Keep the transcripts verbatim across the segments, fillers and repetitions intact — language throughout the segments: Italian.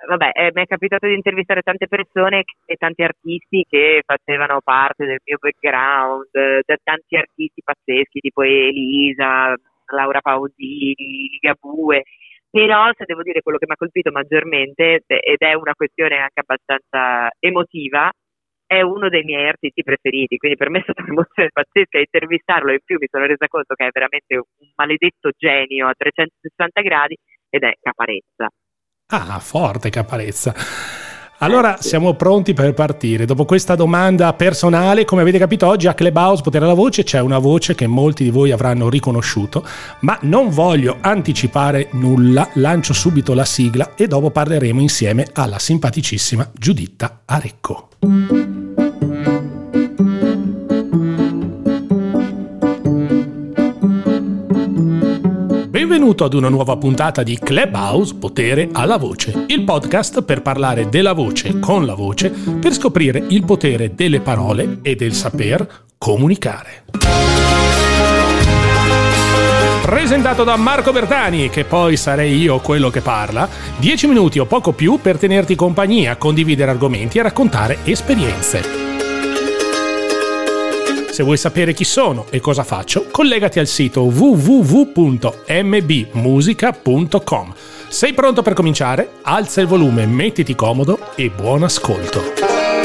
vabbè, eh, mi è capitato di intervistare tante persone e tanti artisti che facevano parte del mio background, eh, tanti artisti pazzeschi tipo Elisa, Laura Pausini, Ligabue. Però se devo dire quello che mi ha colpito maggiormente, ed è una questione anche abbastanza emotiva, è uno dei miei artisti preferiti, quindi per me è stata un'emozione pazzesca intervistarlo, e in più mi sono resa conto che è veramente un maledetto genio a trecentosessanta gradi, ed è Caparezza. Ah, forte Caparezza. Allora siamo pronti per partire. Dopo questa domanda personale, come avete capito oggi a Clubhouse Potere alla Voce c'è una voce che molti di voi avranno riconosciuto, ma non voglio anticipare nulla, lancio subito la sigla e dopo parleremo insieme alla simpaticissima Giuditta Arecco. Benvenuto ad una nuova puntata di Clubhouse Potere alla Voce, il podcast per parlare della voce con la voce, per scoprire il potere delle parole e del saper comunicare. Presentato da Marco Bertani, che poi sarei io quello che parla, dieci minuti o poco più per tenerti compagnia, condividere argomenti e raccontare esperienze. Se vuoi sapere chi sono e cosa faccio, collegati al sito w w w punto m b musica punto com. Sei pronto per cominciare? Alza il volume, mettiti comodo e buon ascolto.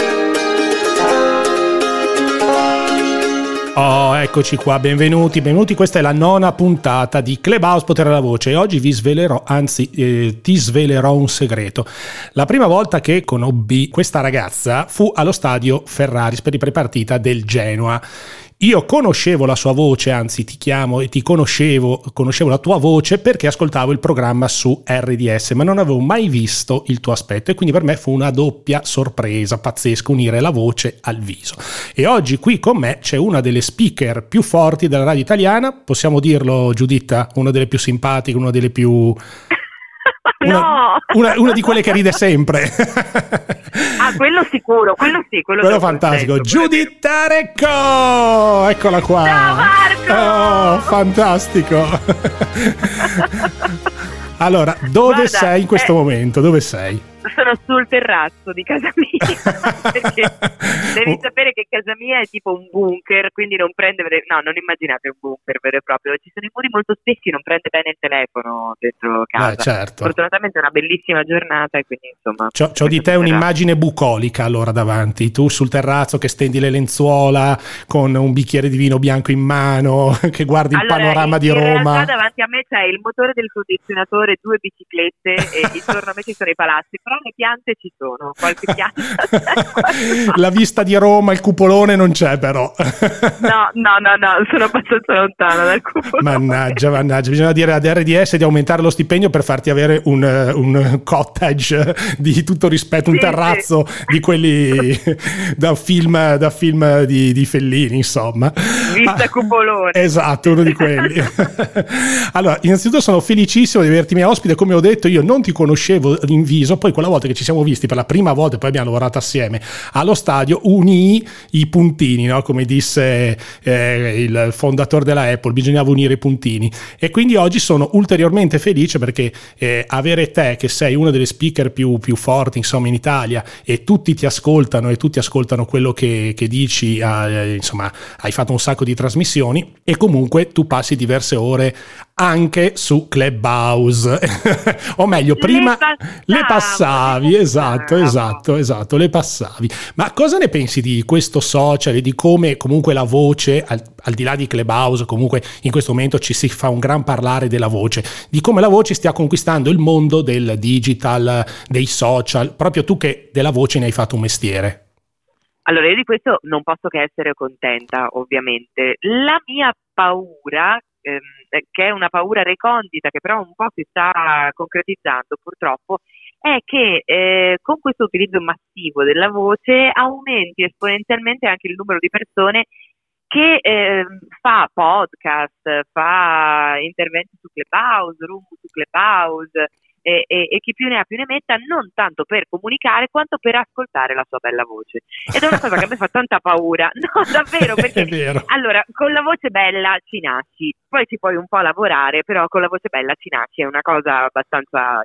Oh, eccoci qua, benvenuti, benvenuti. Questa è la nona puntata di Clubhouse Potere alla Voce e oggi vi svelerò, anzi eh, ti svelerò un segreto. La prima volta che conobbi questa ragazza fu allo stadio Ferraris per i prepartita del Genoa. Io conoscevo la sua voce, anzi ti chiamo e ti conoscevo, conoscevo la tua voce perché ascoltavo il programma su R D S, ma non avevo mai visto il tuo aspetto e quindi per me fu una doppia sorpresa pazzesca unire la voce al viso. E oggi qui con me c'è una delle speaker più forti della radio italiana, possiamo dirlo Giuditta, una delle più simpatiche, una delle più... Una, no! una, una di quelle che ride sempre. Ah, quello sicuro, quello sì, quello, quello fantastico. Contento, Giuditta Arecco! Eccola qua. Ciao Marco! Oh, fantastico. Allora, dove Guarda, sei in questo eh, momento? Dove sei? Sono sul terrazzo di casa mia, perché devi sapere che casa mia è tipo un bunker, quindi non prende, no, non immaginate un bunker vero e proprio, ci sono i muri molto spessi, non prende bene il telefono dentro casa. Eh, certo. Fortunatamente è una bellissima giornata e quindi insomma... C'ho, c'ho di te un'immagine bucolica allora davanti, tu sul terrazzo che stendi le lenzuola con un bicchiere di vino bianco in mano, che guardi il allora, panorama in, di Roma. In realtà davanti a me c'è il motore del condizionatore, due biciclette e intorno a me ci sono i palazzi, però le piante ci sono, qualche pianta c'è. La vista di Roma, il cupolone non c'è però. No, no, no, no, sono abbastanza lontana dal cupolone. Mannaggia, mannaggia, bisogna dire ad R D S di aumentare lo stipendio per farti avere un, un cottage di tutto rispetto, un sì, terrazzo sì. di quelli da film, da film di, di Fellini, insomma. Vista ah, cupolone. Esatto, uno di quelli. Allora, innanzitutto sono felicissimo di averti mia ospite, come ho detto io non ti conoscevo in viso, poi quella volta che ci siamo visti per la prima volta e poi abbiamo lavorato assieme allo stadio unì i puntini, no? Come disse eh, il fondatore della Apple, bisognava unire i puntini e quindi oggi sono ulteriormente felice perché eh, avere te che sei una delle speaker più, più forti insomma in Italia e tutti ti ascoltano e tutti ascoltano quello che, che dici, eh, insomma hai fatto un sacco di trasmissioni e comunque tu passi diverse ore anche su Clubhouse o meglio prima le, le passavi le esatto esatto esatto le passavi. Ma cosa ne pensi di questo social e di come comunque la voce al, al di là di Clubhouse comunque in questo momento ci si fa un gran parlare della voce, di come la voce stia conquistando il mondo del digital, dei social, proprio tu che della voce ne hai fatto un mestiere? Allora io di questo non posso che essere contenta ovviamente. La mia paura ehm, che è una paura recondita che però un po' si sta concretizzando purtroppo, è che eh, con questo utilizzo massivo della voce aumenti esponenzialmente anche il numero di persone che eh, fa podcast, fa interventi su Clubhouse, room su Clubhouse e, e, e chi più ne ha più ne metta, non tanto per comunicare quanto per ascoltare la sua bella voce. Ed è una cosa che a me fa tanta paura, no davvero, perché è vero. Allora con la voce bella ci nasci, poi ci puoi un po' lavorare, però con la voce bella ci nasci, è una cosa abbastanza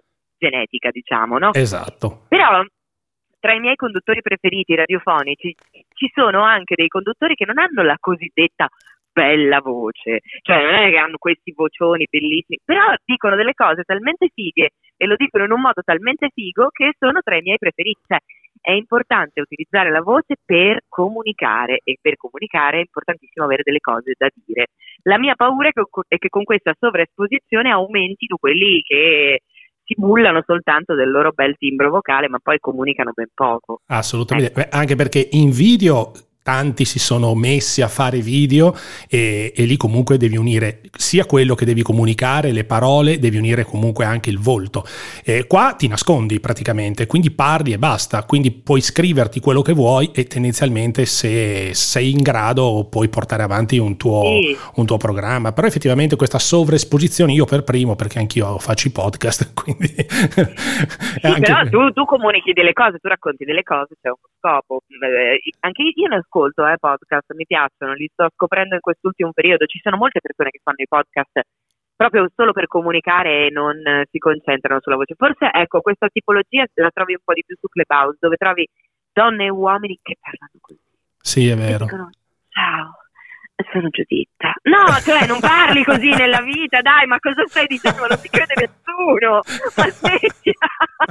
genetica, diciamo, no? Esatto. Però tra i miei conduttori preferiti radiofonici ci sono anche dei conduttori che non hanno la cosiddetta bella voce, cioè non è che hanno questi vocioni bellissimi, però dicono delle cose talmente fighe e lo dicono in un modo talmente figo che sono tra i miei preferiti. Cioè, è importante utilizzare la voce per comunicare, e per comunicare è importantissimo avere delle cose da dire. La mia paura è che, è che con questa sovraesposizione aumentino quelli che si bullano soltanto del loro bel timbro vocale, ma poi comunicano ben poco. Assolutamente, ecco. Anche perché in video tanti si sono messi a fare video e, e lì comunque devi unire sia quello che devi comunicare, le parole, devi unire comunque anche il volto. E qua ti nascondi praticamente, quindi parli e basta, quindi puoi scriverti quello che vuoi e tendenzialmente se sei in grado puoi portare avanti un tuo, sì. un tuo programma. Però effettivamente questa sovraesposizione, io per primo, perché anch'io faccio i podcast, quindi sì, anche... però tu, tu comunichi delle cose, tu racconti delle cose, c'è uno scopo. Eh, anche io ne ascolto eh, podcast, mi piacciono, li sto scoprendo in quest'ultimo periodo. Ci sono molte persone che fanno i podcast proprio solo per comunicare e non eh, si concentrano sulla voce. Forse ecco, questa tipologia la trovi un po' di più su Clubhouse, dove trovi donne e uomini che parlano così. Sì, è vero. Dicono, ciao, sono Giuditta. No, cioè non parli così nella vita, dai, ma cosa stai dicendo? Non ti crede nessuno. Ma smettila.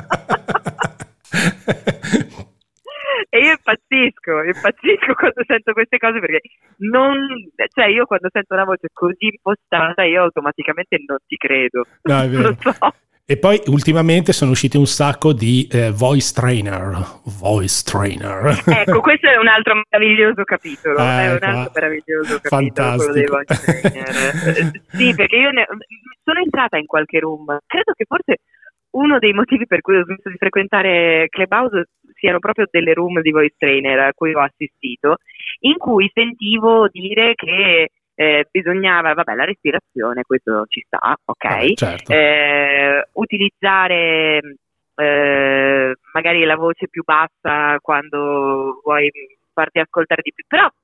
E io impazzisco, impazzisco quando sento queste cose, perché non, cioè io quando sento una voce così impostata io automaticamente non ti credo. No, è vero. Lo so. E poi ultimamente sono usciti un sacco di eh, voice trainer, voice trainer. Ecco, questo è un altro meraviglioso capitolo, eh, è un altro meraviglioso capitolo, fantastico. Quello dei voice trainer. Sì, perché io ne, sono entrata in qualche room, credo che forse uno dei motivi per cui ho smesso di frequentare Clubhouse siano proprio delle room di voice trainer a cui ho assistito, in cui sentivo dire che eh, bisognava, vabbè, la respirazione, questo ci sta, ok, vabbè, certo. eh, utilizzare eh, magari la voce più bassa quando vuoi farti ascoltare di più, però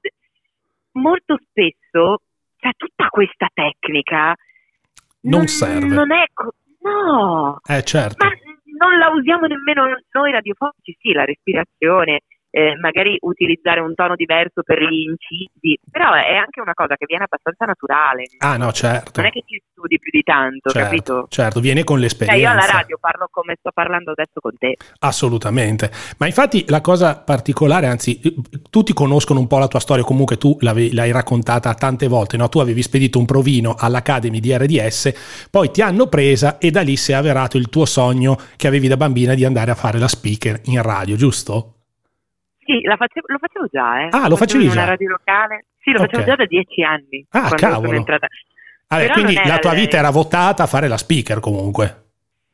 molto spesso, cioè, tutta questa tecnica non, non serve, non è co- no, eh certo, ma non la usiamo nemmeno noi radiofonici. Sì, la respirazione, eh, magari utilizzare un tono diverso per gli incisi, però è anche una cosa che viene abbastanza naturale. Ah no, certo. Non è che ti studi più di tanto, certo, capito? Certo, viene con l'esperienza. Cioè io alla radio parlo come sto parlando adesso con te. Assolutamente. Ma infatti la cosa particolare, anzi tutti conoscono un po' la tua storia, comunque tu l'hai raccontata tante volte, no? Tu avevi spedito un provino all'Academy di R D S, poi ti hanno presa e da lì si è avverato il tuo sogno che avevi da bambina di andare a fare la speaker in radio, giusto? Sì, la facevo, lo facevo già, eh. Ah, lo facevi in una già? radio locale. Sì, lo okay. facevo già da dieci anni. Ah, quando cavolo. sono entrata. Vabbè, quindi la tua vita era votata a fare la speaker comunque.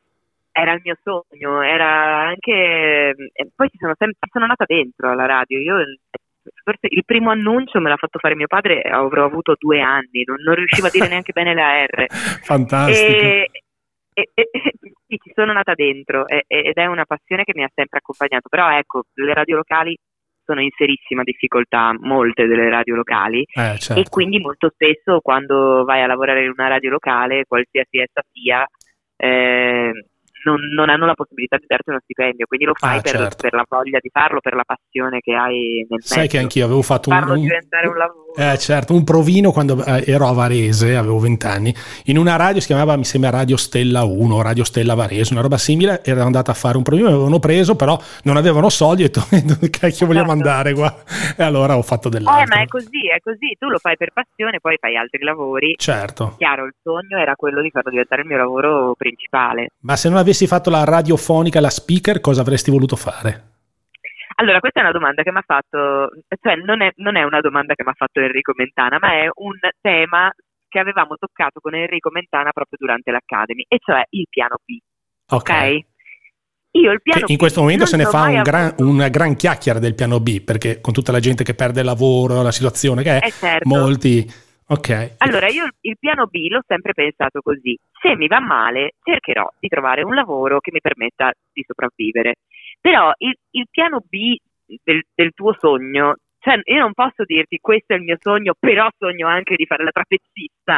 Era il mio sogno, era anche... Poi ci sono sempre, sono nata dentro alla radio. Io forse il primo annuncio me l'ha fatto fare mio padre, avrò avuto due anni, non, non riuscivo a dire neanche bene la R. Fantastico. E, e, e, sì, ci sono nata dentro e, ed è una passione che mi ha sempre accompagnato. Però ecco, le radio locali sono in serissima difficoltà, molte delle radio locali, eh, certo. E quindi molto spesso quando vai a lavorare in una radio locale, qualsiasi essa sia, eh, non, non hanno la possibilità di darti uno stipendio, quindi lo fai ah, per, certo. per la voglia di farlo, per la passione che hai nel mezzo. Sai che anch'io avevo fatto farlo un, un, diventare un lavoro. Eh, certo, un provino quando ero a Varese, avevo vent'anni, in una radio si chiamava, mi sembra, Radio Stella uno, Radio Stella Varese, una roba simile. Ero andata a fare un provino, mi avevano preso, però non avevano soldi e ho detto, dove cacchio vogliamo certo. andare qua? E allora ho fatto dell'altro. Eh, ma è così, è così, tu lo fai per passione, poi fai altri lavori. Certo. Chiaro, il sogno era quello di farlo diventare il mio lavoro principale. Ma se non avessi fatto la radiofonica, la speaker, cosa avresti voluto fare? Allora, questa è una domanda che mi ha fatto, cioè non è, non è una domanda che mi ha fatto Enrico Mentana, ma è un tema che avevamo toccato con Enrico Mentana proprio durante l'Academy, e cioè il piano B. Ok. okay? Io il piano che in B questo momento se ne fa un gran, avuto... una gran chiacchiera del piano B, perché con tutta la gente che perde il lavoro, la situazione che è, eh certo. molti... Ok. Allora, io il piano B l'ho sempre pensato così: se mi va male cercherò di trovare un lavoro che mi permetta di sopravvivere. Però il, il piano B del, del tuo sogno cioè io non posso dirti questo è il mio sogno, però sogno anche di fare la trapezista.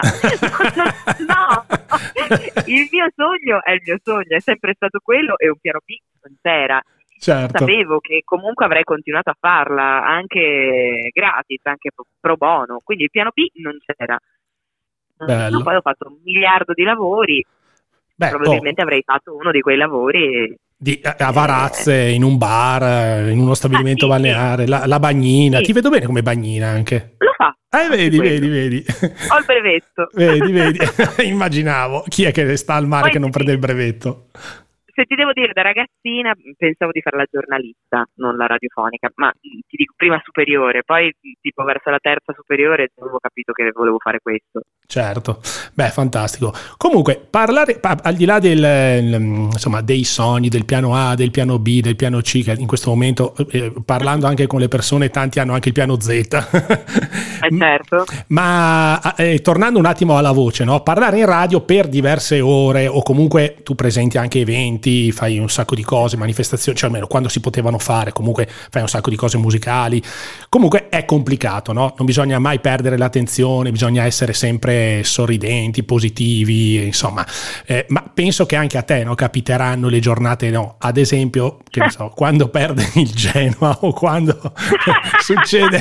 No, il mio sogno è il mio sogno, è sempre stato quello, e un piano B non c'era. Certo. Sapevo che comunque avrei continuato a farla anche gratis, anche pro bono, quindi il piano B non c'era. Bello. No, poi ho fatto un miliardo di lavori. Beh, probabilmente oh. avrei fatto uno di quei lavori di, a, a Varazze, eh. in un bar, in uno stabilimento ah, sì, balneare, sì. La, la bagnina, sì. Ti vedo bene come bagnina anche. Lo fa. Eh, vedi, vedi, vedi. Ho il brevetto. Vedi, vedi. Immaginavo. Chi è che sta al mare poi che non sì. prende il brevetto? Se ti devo dire, da ragazzina pensavo di fare la giornalista, non la radiofonica, ma ti dico prima superiore, poi tipo verso la terza superiore avevo capito che volevo fare questo. Certo, beh, fantastico. Comunque, parlare al di là del, insomma, dei sogni, del piano A, del piano B, del piano C, che in questo momento, eh, parlando anche con le persone, tanti hanno anche il piano Z. Eh certo. Ma eh, tornando un attimo alla voce, no? Parlare in radio per diverse ore, o comunque tu presenti anche eventi, fai un sacco di cose, manifestazioni, cioè almeno quando si potevano fare, comunque fai un sacco di cose musicali. Comunque è complicato, no? Non bisogna mai perdere l'attenzione, bisogna essere sempre sorridenti, positivi, insomma, eh, ma penso che anche a te, no, capiteranno le giornate, no, ad esempio, che ne so, quando perde il Genoa o quando succede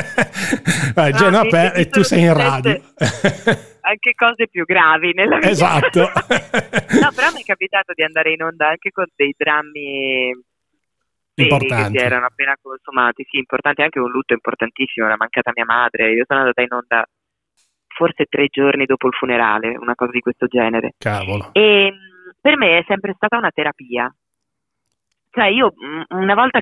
il Genoa no, per, e tu sei in radio. Anche cose più gravi nella vita. Esatto. No, però mi è capitato di andare in onda anche con dei drammi importanti che si erano appena consumati, sì, importanti, anche un lutto importantissimo, era mancata mia madre, io sono andata in onda forse tre giorni dopo il funerale, una cosa di questo genere. Cavolo. E per me è sempre stata una terapia. Cioè io una volta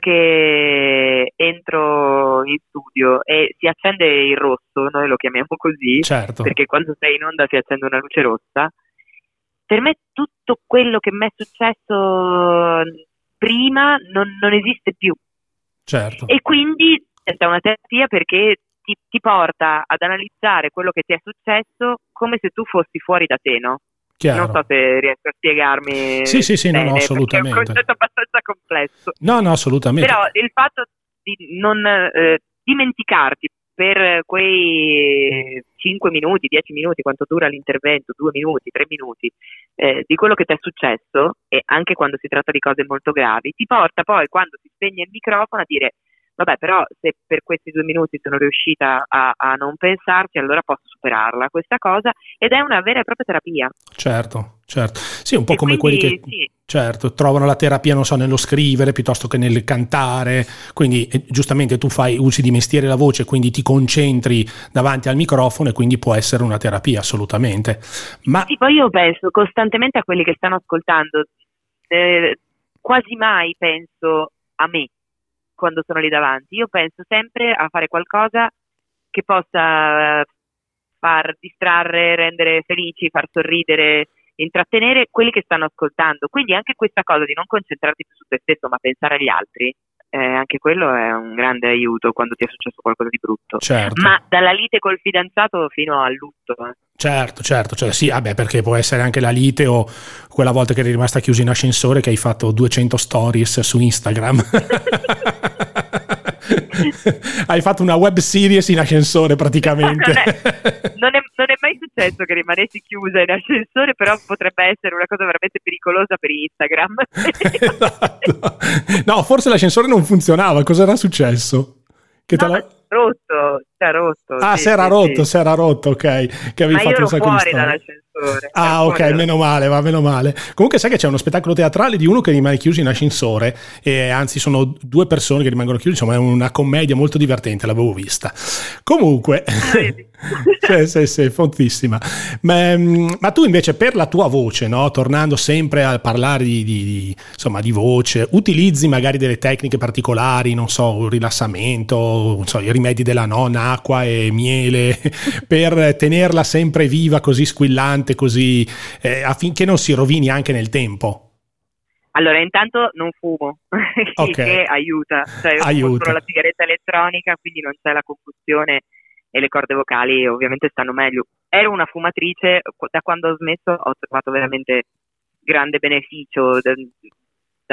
che entro in studio e si accende il rosso, noi lo chiamiamo così, certo. Perché quando sei in onda si accende una luce rossa, per me tutto quello che mi è successo prima non, non esiste più. Certo. E quindi è una terapia perché Ti, ti porta ad analizzare quello che ti è successo come se tu fossi fuori da te, no? Chiaro. Non so se riesco a spiegarmi. Sì, sì, sì, bene, no, no, assolutamente. È un concetto abbastanza complesso. No, no, assolutamente. Però il fatto di non eh, dimenticarti per quei cinque minuti, dieci minuti, quanto dura l'intervento, due minuti, tre minuti, eh, di quello che ti è successo, e anche quando si tratta di cose molto gravi, ti porta poi, quando si spegne il microfono, a dire vabbè, però se per questi due minuti sono riuscita a, a non pensarci, allora posso superarla questa cosa, ed è una vera e propria terapia. Certo, certo. Sì, un po' e come quindi, quelli che sì. certo, trovano la terapia, non so, nello scrivere piuttosto che nel cantare, quindi eh, giustamente tu fai usi di mestiere la voce, quindi ti concentri davanti al microfono e quindi può essere una terapia, assolutamente. Ma sì, poi io penso costantemente a quelli che stanno ascoltando, eh, quasi mai penso a me quando sono lì davanti. Io penso sempre a fare qualcosa che possa far distrarre, rendere felici, far sorridere, intrattenere quelli che stanno ascoltando. Quindi anche questa cosa di non concentrarti più su te stesso ma pensare agli altri, eh, anche quello è un grande aiuto quando ti è successo qualcosa di brutto. Certo. Ma dalla lite col fidanzato fino al lutto. Eh. Certo, certo, cioè sì, vabbè, perché può essere anche la lite o quella volta che eri rimasta chiusa in ascensore che hai fatto duecento stories su Instagram. Hai fatto una web series in ascensore praticamente. non, è, non, è, non è mai successo che rimanessi chiusa in ascensore, però potrebbe essere una cosa veramente pericolosa per Instagram. Esatto. No, forse l'ascensore non funzionava, cosa era successo? Che no, te la... rotto, si è rotto. Ah, sì, si era sì, rotto, sì. si era rotto, ok. Che avevi Ma fatto io ero un sacco fuori di dall'ascensore. Ah, ok, fuori meno male, va meno male. Comunque sai che c'è uno spettacolo teatrale di uno che rimane chiuso in ascensore, e anzi sono due persone che rimangono chiuse, insomma è una commedia molto divertente, l'avevo vista. Comunque, sì, sì, sì, fortissima. Ma, ma tu invece per la tua voce, no? Tornando sempre a parlare di, di, di, insomma, di voce, utilizzi magari delle tecniche particolari, non so, un rilassamento, non so, i rimedi della nonna, acqua e miele, per tenerla sempre viva, così squillante, così eh, affinché non si rovini anche nel tempo? Allora, intanto non fumo, okay. Che aiuta, cioè io fumo solo la sigaretta elettronica, quindi non c'è la combustione e le corde vocali ovviamente stanno meglio. Ero una fumatrice, da quando ho smesso ho trovato veramente grande beneficio da, dal,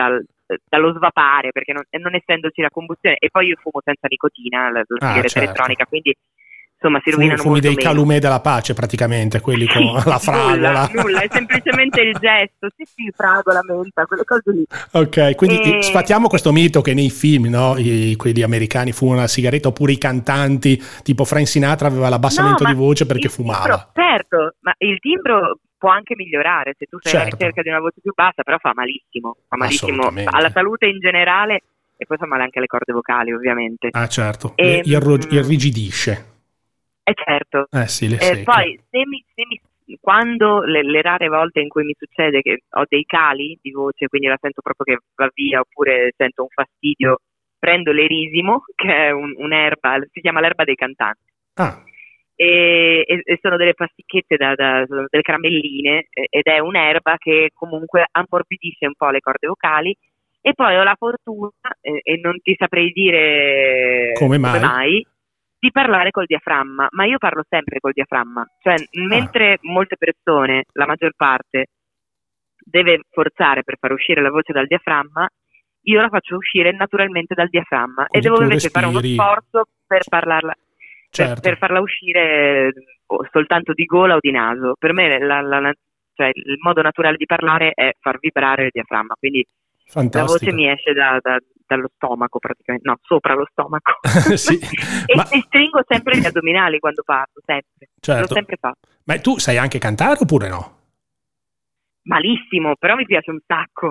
dallo svapare, perché non, non essendoci la combustione, e poi io fumo senza nicotina, la, la Ah, sigaretta certo. elettronica, quindi insomma si Fumi, rovinano fumi molto dei meno. calumè della pace praticamente, quelli con Sì, la fragola. Nulla, nulla, è semplicemente il gesto, sì sì, fragola, menta, quelle cose lì. Ok, quindi E... sfatiamo questo mito che nei film, no, I, quelli americani fumano la sigaretta, oppure i cantanti, tipo Frank Sinatra aveva l'abbassamento no, di voce perché il fumava. Timbro, certo, ma il timbro può anche migliorare se tu sei alla Certo. ricerca di una voce più bassa, però fa malissimo, fa malissimo alla salute in generale e poi fa male anche alle corde vocali, ovviamente. Ah, certo, E, irrigidisce. Eh certo, Eh sì, le eh, poi se mi, se mi, quando le, le rare volte in cui mi succede che ho dei cali di voce, quindi la sento proprio che va via oppure sento un fastidio, prendo l'erisimo, che è un, un'erba, si chiama l'erba dei cantanti. Ah. E, e, e sono delle pasticchette, da, da, sono delle caramelline, eh, ed è un'erba che comunque ammorbidisce un po' le corde vocali. E poi ho la fortuna, eh, e non ti saprei dire come mai, come mai di parlare col diaframma, ma io parlo sempre col diaframma, cioè mentre ah. molte persone, la maggior parte, deve forzare per far uscire la voce dal diaframma, io la faccio uscire naturalmente dal diaframma. Quindi e devo invece respiri. fare uno sforzo per parlarla, certo. per, per farla uscire soltanto di gola o di naso. Per me la, la, la, cioè, il modo naturale di parlare è far vibrare il diaframma, quindi fantastico. La voce mi esce da, da, dallo stomaco praticamente, no, sopra lo stomaco. Sì, e, ma... e stringo sempre gli addominali quando parlo, sempre. Certo. L'ho sempre fatto. Ma tu sai anche cantare oppure no? Malissimo, però mi piace un sacco.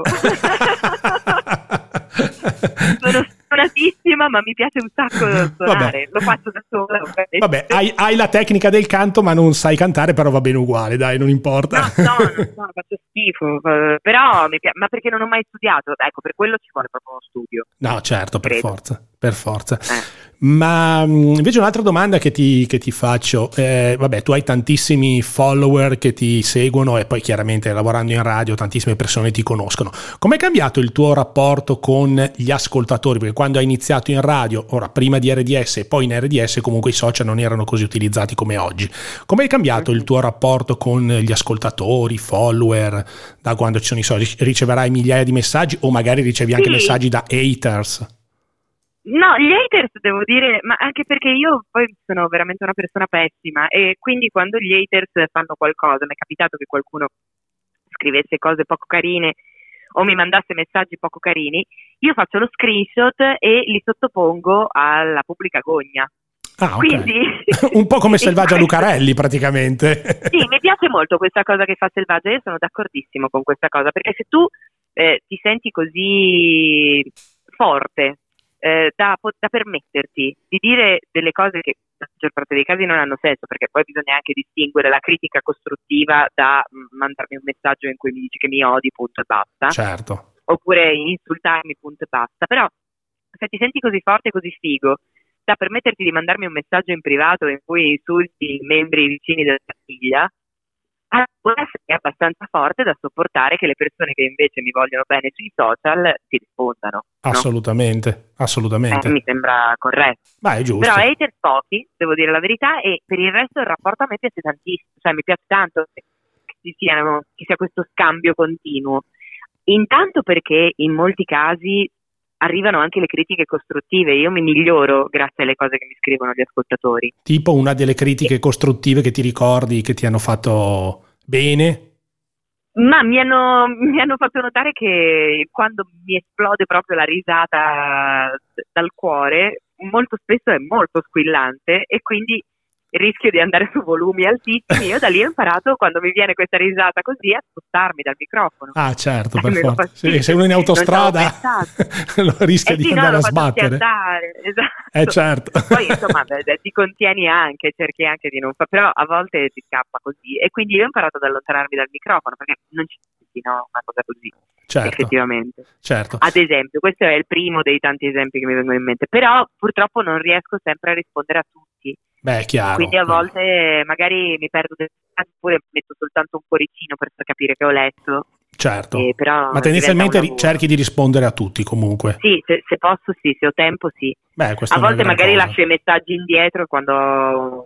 Sono stonatissima, ma mi piace un sacco suonare. Lo faccio da sola. Ovviamente. Vabbè, hai, hai la tecnica del canto, ma non sai cantare, però va bene uguale, dai, non importa. No, no, no, no faccio schifo. Però mi piace, ma perché non ho mai studiato? Ecco, per quello ci vuole proprio uno studio. No, certo, per credo. forza, per forza. Eh. Ma invece un'altra domanda che ti, che ti faccio, eh, vabbè, tu hai tantissimi follower che ti seguono e poi chiaramente lavorando in radio tantissime persone ti conoscono. Com'è cambiato il tuo rapporto con gli ascoltatori? Perché quando hai iniziato in radio, ora prima di R D S e poi in R D S comunque i social non erano così utilizzati come oggi. Com'è cambiato il tuo rapporto con gli ascoltatori, follower, da quando ci sono i social? Riceverai migliaia di messaggi o magari ricevi anche sì. messaggi da haters? No, gli haters devo dire, ma anche perché io poi sono veramente una persona pessima e quindi quando gli haters fanno qualcosa, mi è capitato che qualcuno scrivesse cose poco carine o mi mandasse messaggi poco carini, io faccio lo screenshot e li sottopongo alla pubblica gogna. Ah, okay. Quindi un po' come Selvaggia Lucarelli praticamente. Sì, mi piace molto questa cosa che fa Selvaggia, io sono d'accordissimo con questa cosa, perché se tu eh, ti senti così forte Eh, da, da permetterti di dire delle cose che nella maggior parte dei casi non hanno senso, perché poi bisogna anche distinguere la critica costruttiva da mh, mandarmi un messaggio in cui mi dici che mi odi, punto e basta, certo, oppure insultarmi, punto e basta. Però se ti senti così forte e così figo da permetterti di mandarmi un messaggio in privato in cui insulti i membri vicini della famiglia, allora sei abbastanza forte da sopportare che le persone che invece mi vogliono bene sui social ti rispondano. Assolutamente, no? assolutamente. Eh, mi sembra corretto. Ma è giusto. Però haters pochi, devo dire la verità, e per il resto il rapporto a me piace tantissimo, cioè mi piace tanto che ci siano, che sia questo scambio continuo. Intanto perché in molti casi arrivano anche le critiche costruttive, io mi miglioro grazie alle cose che mi scrivono gli ascoltatori. Tipo una delle critiche costruttive che ti ricordi, che ti hanno fatto bene? Ma mi hanno, mi hanno fatto notare che quando mi esplode proprio la risata dal cuore, molto spesso è molto squillante e quindi rischio di andare su volumi altissimi. Io da lì ho imparato, quando mi viene questa risata così, a spostarmi dal microfono. Ah, certo, per forza. Se, se uno è in autostrada lo rischia eh di sì, andare no, a sbattere. Andare, esatto. Eh certo. Poi insomma beh, ti contieni anche, cerchi anche di non fare, però a volte ti scappa così e quindi io ho imparato ad allontanarmi dal microfono perché non ci senti, no, una cosa così. Certo, effettivamente. Certo. Ad esempio, questo è il primo dei tanti esempi che mi vengono in mente, però purtroppo non riesco sempre a rispondere a tutti. Beh, chiaro. Quindi a volte magari mi perdo del tempo oppure metto soltanto un cuoricino per far capire che ho letto. Certo, eh, però ma tendenzialmente cerchi di rispondere a tutti comunque. Sì, se, se posso sì, se ho tempo sì. Beh, a volte magari cosa. lascio i messaggi indietro quando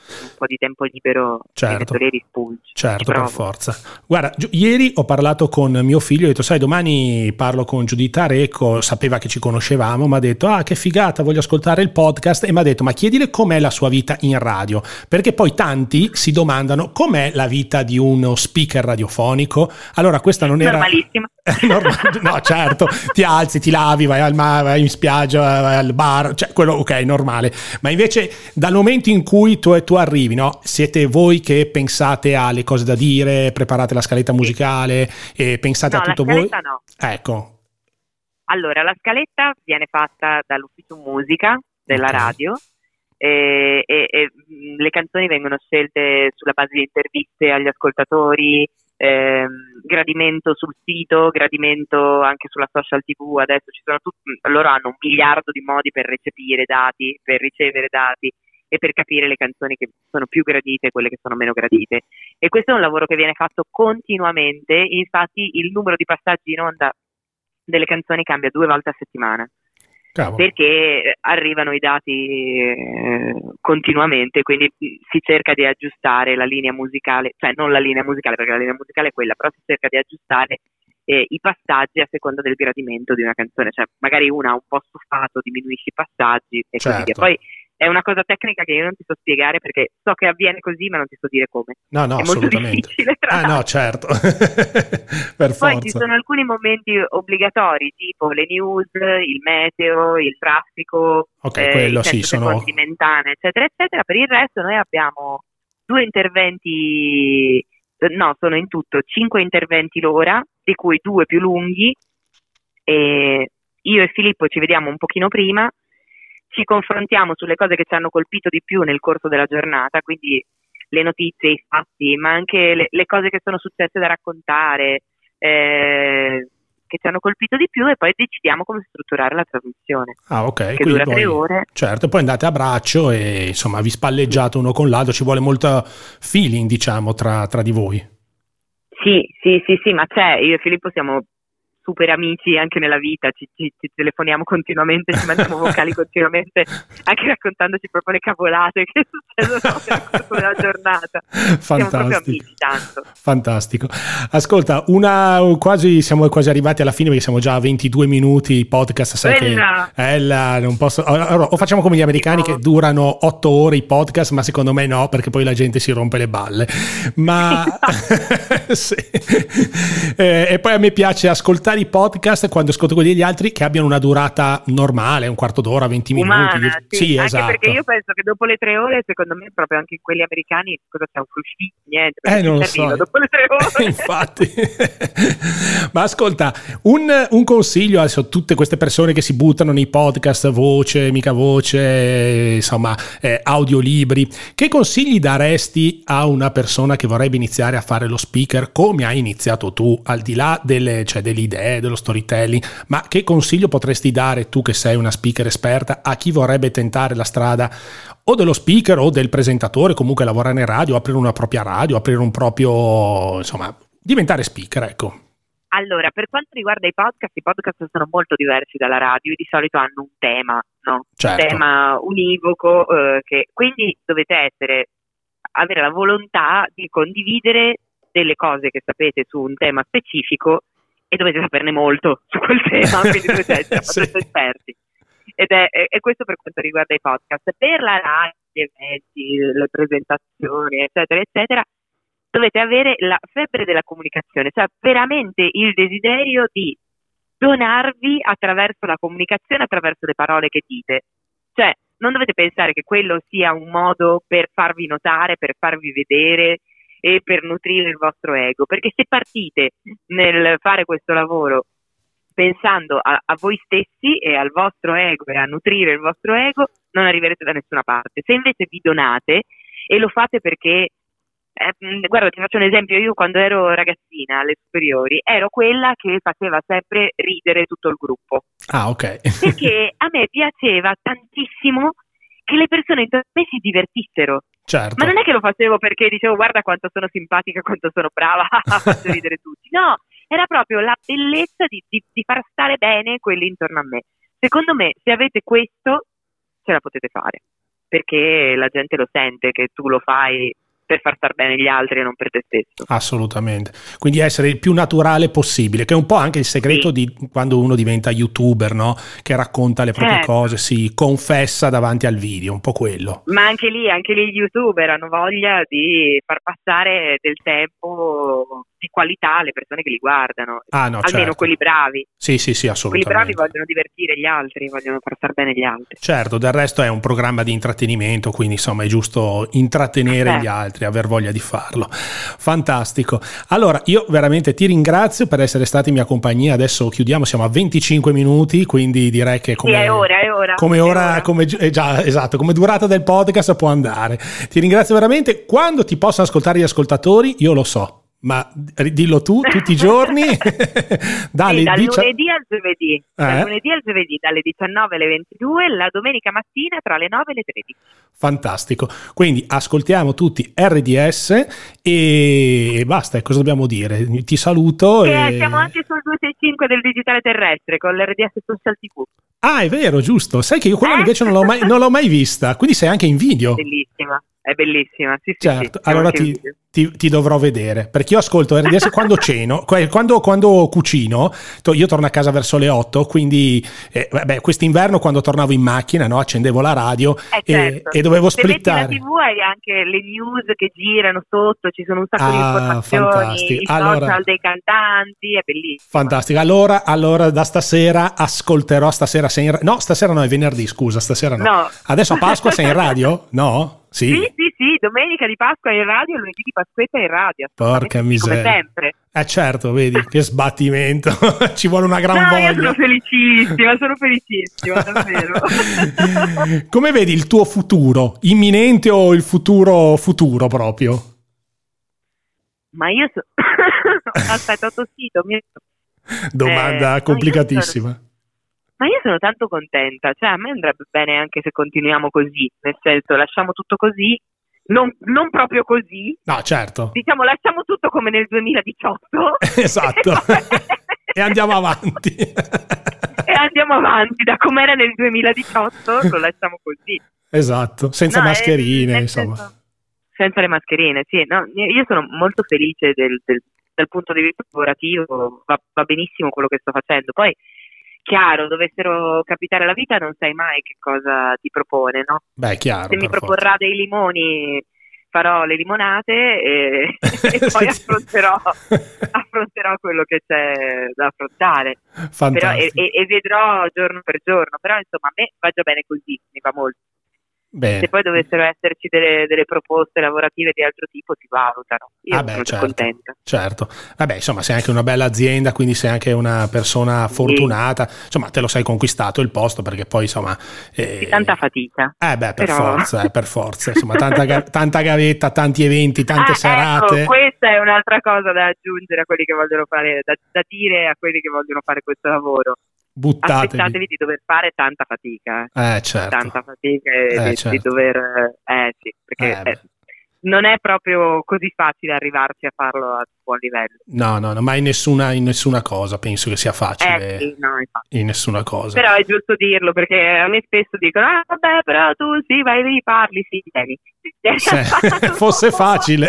un po' di tempo libero, certo, le rispulci. Certo, per forza. Guarda, gi- ieri ho parlato con mio figlio, ho detto, sai, domani parlo con Giuditta Recco, sapeva che ci conoscevamo, mi ha detto, ah, che figata, voglio ascoltare il podcast, e mi ha detto, ma chiedile com'è la sua vita in radio, perché poi tanti si domandano com'è la vita di uno speaker radiofonico. Allora, questa non era... Normalissima. Normal... No, certo, ti alzi, ti lavi, vai al mare, vai in spiaggia, vai al bar, cioè quello ok, normale. Ma invece dal momento in cui tu, tu arrivi, no? Siete voi che pensate alle cose da dire, preparate la scaletta musicale e pensate no, a tutto la voi? No. Ecco. Allora, la scaletta viene fatta dall'ufficio musica della okay. radio e, e, e le canzoni vengono scelte sulla base di interviste agli ascoltatori, Eh, gradimento sul sito, gradimento anche sulla social tivù. Adesso ci sono tutti, loro hanno un miliardo di modi per recepire dati, per ricevere dati e per capire le canzoni che sono più gradite e quelle che sono meno gradite, e questo è un lavoro che viene fatto continuamente. Infatti il numero di passaggi in onda delle canzoni cambia due volte a settimana. Cavolo. Perché arrivano i dati eh, continuamente, quindi si cerca di aggiustare la linea musicale, cioè non la linea musicale perché la linea musicale è quella, però si cerca di aggiustare eh, i passaggi a seconda del gradimento di una canzone, cioè magari una ha un po' stufato, diminuisci i passaggi e certo. così via. Poi è una cosa tecnica che io non ti so spiegare perché so che avviene così ma non ti so dire come. No, no, è molto difficile tra Ah no, certo. Per Poi forza. ci sono alcuni momenti obbligatori, tipo le news, il meteo, il traffico, okay, quello, eh, i sì, sono... di Mentana, eccetera, eccetera. Per il resto noi abbiamo due interventi, no, sono in tutto cinque interventi l'ora, di cui due più lunghi, e io e Filippo ci vediamo un pochino prima, ci confrontiamo sulle cose che ci hanno colpito di più nel corso della giornata, quindi le notizie, i fatti, ma anche le, le cose che sono successe da raccontare, eh, che ci hanno colpito di più, e poi decidiamo come strutturare la trasmissione. Ah, ok. Che Quindi dura poi, tre ore. Certo, poi andate a braccio e insomma vi spalleggiate uno con l'altro, ci vuole molto feeling, diciamo, tra, tra di voi. Sì, sì, sì, sì, ma c'è, io e Filippo siamo super amici anche nella vita, ci, ci, ci telefoniamo continuamente, ci mandiamo vocali continuamente, anche raccontandoci proprio le cavolate che succedono nel corso della giornata. Siamo proprio amici, tanto. Fantastico. Ascolta, una quasi siamo quasi arrivati alla fine perché siamo già a ventidue minuti, il podcast sai Bella. che è la, non posso, allora, o facciamo come gli americani no. che durano otto ore i podcast, ma secondo me no, perché poi la gente si rompe le balle. Ma sì. eh, e poi a me piace ascoltare i podcast quando ascolto quelli degli altri che abbiano una durata normale, un quarto d'ora, venti Umana, minuti. Sì, sì anche esatto. Perché io penso che dopo le tre ore, secondo me, proprio anche quelli americani, cosa c'è un fruscino, niente. Eh, non lo so. Dopo le tre ore. Infatti. Ma ascolta, un, un consiglio adesso, tutte queste persone che si buttano nei podcast, voce, mica voce, insomma, eh, audiolibri, che consigli daresti a una persona che vorrebbe iniziare a fare lo speaker come hai iniziato tu, al di là delle, cioè, delle idee, dello storytelling, ma che consiglio potresti dare tu che sei una speaker esperta a chi vorrebbe tentare la strada o dello speaker o del presentatore, comunque lavorare in radio, aprire una propria radio, aprire un proprio, insomma, diventare speaker, ecco. Allora, per quanto riguarda i podcast, i podcast sono molto diversi dalla radio, di solito hanno un tema, no? Certo. Un tema univoco, eh, che quindi dovete essere, avere la volontà di condividere delle cose che sapete su un tema specifico e dovete saperne molto su quel tema, quindi dovete essere abbastanza sì. esperti. Ed è, è, è questo per quanto riguarda i podcast. Per la radio, gli eventi, le presentazioni, eccetera, eccetera, dovete avere la febbre della comunicazione, cioè veramente il desiderio di donarvi attraverso la comunicazione, attraverso le parole che dite. Cioè, non dovete pensare che quello sia un modo per farvi notare, per farvi vedere e per nutrire il vostro ego, perché se partite nel fare questo lavoro pensando a, a voi stessi e al vostro ego e a nutrire il vostro ego, non arriverete da nessuna parte. Se invece vi donate e lo fate perché eh, guarda, ti faccio un esempio. Io quando ero ragazzina alle superiori ero quella che faceva sempre ridere tutto il gruppo. Ah, ok. Perché a me piaceva tantissimo che le persone intorno a me si divertissero. Certo. Ma non è che lo facevo perché dicevo guarda quanto sono simpatica, quanto sono brava, faccio ridere tutti. No, era proprio la bellezza di, di, di far stare bene quelli intorno a me. Secondo me, se avete questo, ce la potete fare. perché la gente lo sente che tu lo fai per far star bene gli altri e non per te stesso. Assolutamente. Quindi essere il più naturale possibile, che è un po' anche il segreto sì. di quando uno diventa youtuber, no? Che racconta le proprie certo. cose, si confessa davanti al video, un po' quello. Ma anche lì, anche lì gli youtuber hanno voglia di far passare del tempo di qualità alle persone che li guardano, ah, no, almeno certo. quelli bravi. Sì, sì, sì, assolutamente. Quelli bravi vogliono divertire gli altri, vogliono far star bene gli altri. Certo, del resto è un programma di intrattenimento, quindi insomma è giusto intrattenere eh. gli altri, aver voglia di farlo. Fantastico. Allora, io veramente ti ringrazio per essere stati in mia compagnia. Adesso chiudiamo, siamo a venticinque minuti, quindi direi che come sì, è ora, è ora. Come è ora, ora. come eh, già, esatto, come durata del podcast può andare. Ti ringrazio veramente. Quando ti possono ascoltare gli ascoltatori, io lo so. Ma dillo tu, tutti i giorni? dalle sì, dal dici... lunedì al giovedì, eh? dal lunedì al giovedì, dalle diciannove alle ventidue, la domenica mattina tra le nove e le tredici. Fantastico, quindi ascoltiamo tutti R D S e basta, cosa dobbiamo dire? Ti saluto. E e... siamo anche sul duecentosessantacinque del digitale terrestre con l'R D S Social T V. Ah, è vero, giusto. Sai che io quella eh? invece non l'ho mai, non l'ho mai vista, quindi sei anche in video. Bellissima. È bellissima, sì, sì, certo. sì, allora ti, ti, ti dovrò vedere, perché io ascolto R D S quando ceno, quando, quando cucino, io torno a casa verso le otto, quindi eh, beh, quest'inverno quando tornavo in macchina, no, accendevo la radio eh, certo. e, e dovevo se splittare. Se metti la tivù hai anche le news che girano sotto, ci sono un sacco ah, di informazioni, fantastico. i allora, social dei cantanti, è bellissimo. Fantastico, allora, allora da stasera ascolterò, stasera sei in, no, stasera no, è venerdì, scusa, stasera no. no. Adesso a Pasqua sei in radio? No? Sì. sì, sì, sì, domenica di Pasqua in radio, lunedì di Pasquetta in radio. Porca miseria. Come sempre. Eh certo, vedi, che sbattimento, ci vuole una gran no, voglia. Io sono felicissima, sono felicissima, davvero. Come vedi il tuo futuro? Imminente o il futuro futuro proprio? Ma io so... aspetta, ho tossito. Mio... Domanda eh, complicatissima. No, Ma io sono tanto contenta, cioè a me andrebbe bene anche se continuiamo così, nel senso lasciamo tutto così, non, non proprio così, no certo, diciamo lasciamo tutto come nel duemiladiciotto esatto e andiamo avanti e andiamo avanti da com'era nel duemiladiciotto, lo lasciamo così, esatto, senza no, mascherine, è, insomma senso, senza le mascherine, sì, no, io sono molto felice del, del, dal punto di vista lavorativo, va, va benissimo quello che sto facendo, poi chiaro, dovessero capitare la vita non sai mai che cosa ti propone, no? Beh, chiaro. Se mi proporrà forza. dei limoni farò le limonate e, e poi affronterò, affronterò quello che c'è da affrontare. Però, e, e, e vedrò giorno per giorno, però insomma a me va già bene così, mi va molto. Bene. Se poi dovessero esserci delle, delle proposte lavorative di altro tipo si valutano, io ah beh, sono certo, contenta. Certo, vabbè insomma sei anche una bella azienda, quindi sei anche una persona fortunata, sì. Insomma te lo sei conquistato il posto perché poi insomma eh, di tanta fatica eh beh per però... forza, eh, per forza insomma tanta, tanta gavetta, tanti eventi, tante ah, serate. Ecco, questa è un'altra cosa da aggiungere a quelli che vogliono fare, da, da dire a quelli che vogliono fare questo lavoro. Buttatevi. Aspettatevi di dover fare tanta fatica, eh, certo. tanta fatica e eh, di, certo. di dover, eh sì, perché eh, eh, non è proprio così facile arrivarci a farlo a buon livello. No, no, no, ma in nessuna, in nessuna cosa penso che sia facile, eh, sì, no, in nessuna cosa. Però è giusto dirlo perché a me spesso dicono, ah vabbè, però tu sì, vai, devi parli, sì, devi. Se fosse facile.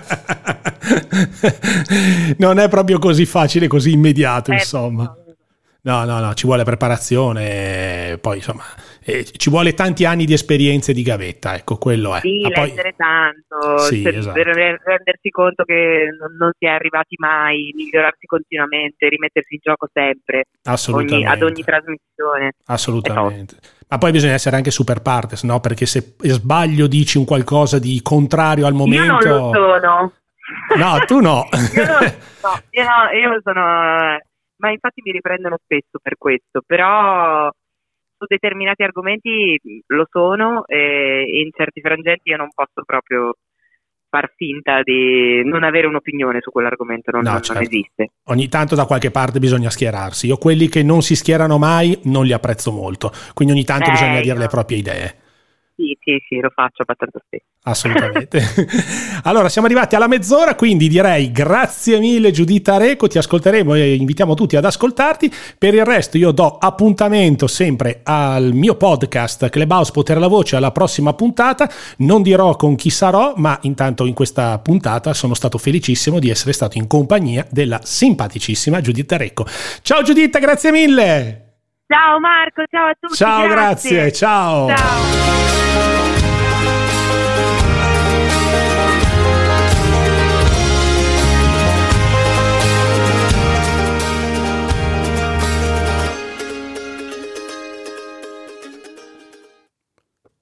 Non è proprio così facile, così immediato, eh, insomma. No. No, no, no, ci vuole preparazione, poi insomma eh, ci vuole tanti anni di esperienze di gavetta, ecco, quello è. Sì, ah, leggere poi... tanto, sì, per, esatto. per rendersi conto che non, non si è arrivati mai, migliorarsi continuamente, rimettersi in gioco sempre, ogni, ad ogni trasmissione. Assolutamente. Ma poi bisogna essere anche super partes, no? Perché se sbaglio dici un qualcosa di contrario al momento... Io non lo sono. No, tu no. io, non, no, io, no, io sono... Ma infatti mi riprendono spesso per questo, però su determinati argomenti lo sono e in certi frangenti io non posso proprio far finta di non avere un'opinione su quell'argomento, non, no, non certo. esiste. Ogni tanto da qualche parte bisogna schierarsi. Io quelli che non si schierano mai non li apprezzo molto, quindi ogni tanto eh, bisogna dire no. le proprie idee. Sì, sì, sì, lo faccio abbastanza spesso. Assolutamente. Allora, siamo arrivati alla mezz'ora, quindi direi grazie mille Giuditta Recco, ti ascolteremo e invitiamo tutti ad ascoltarti. Per il resto io do appuntamento sempre al mio podcast Clubhouse Potere alla Voce alla prossima puntata. Non dirò con chi sarò, ma intanto in questa puntata sono stato felicissimo di essere stato in compagnia della simpaticissima Giuditta Recco. Ciao Giuditta, grazie mille! Ciao Marco, ciao a tutti. Ciao, grazie, grazie. ciao. Ciao.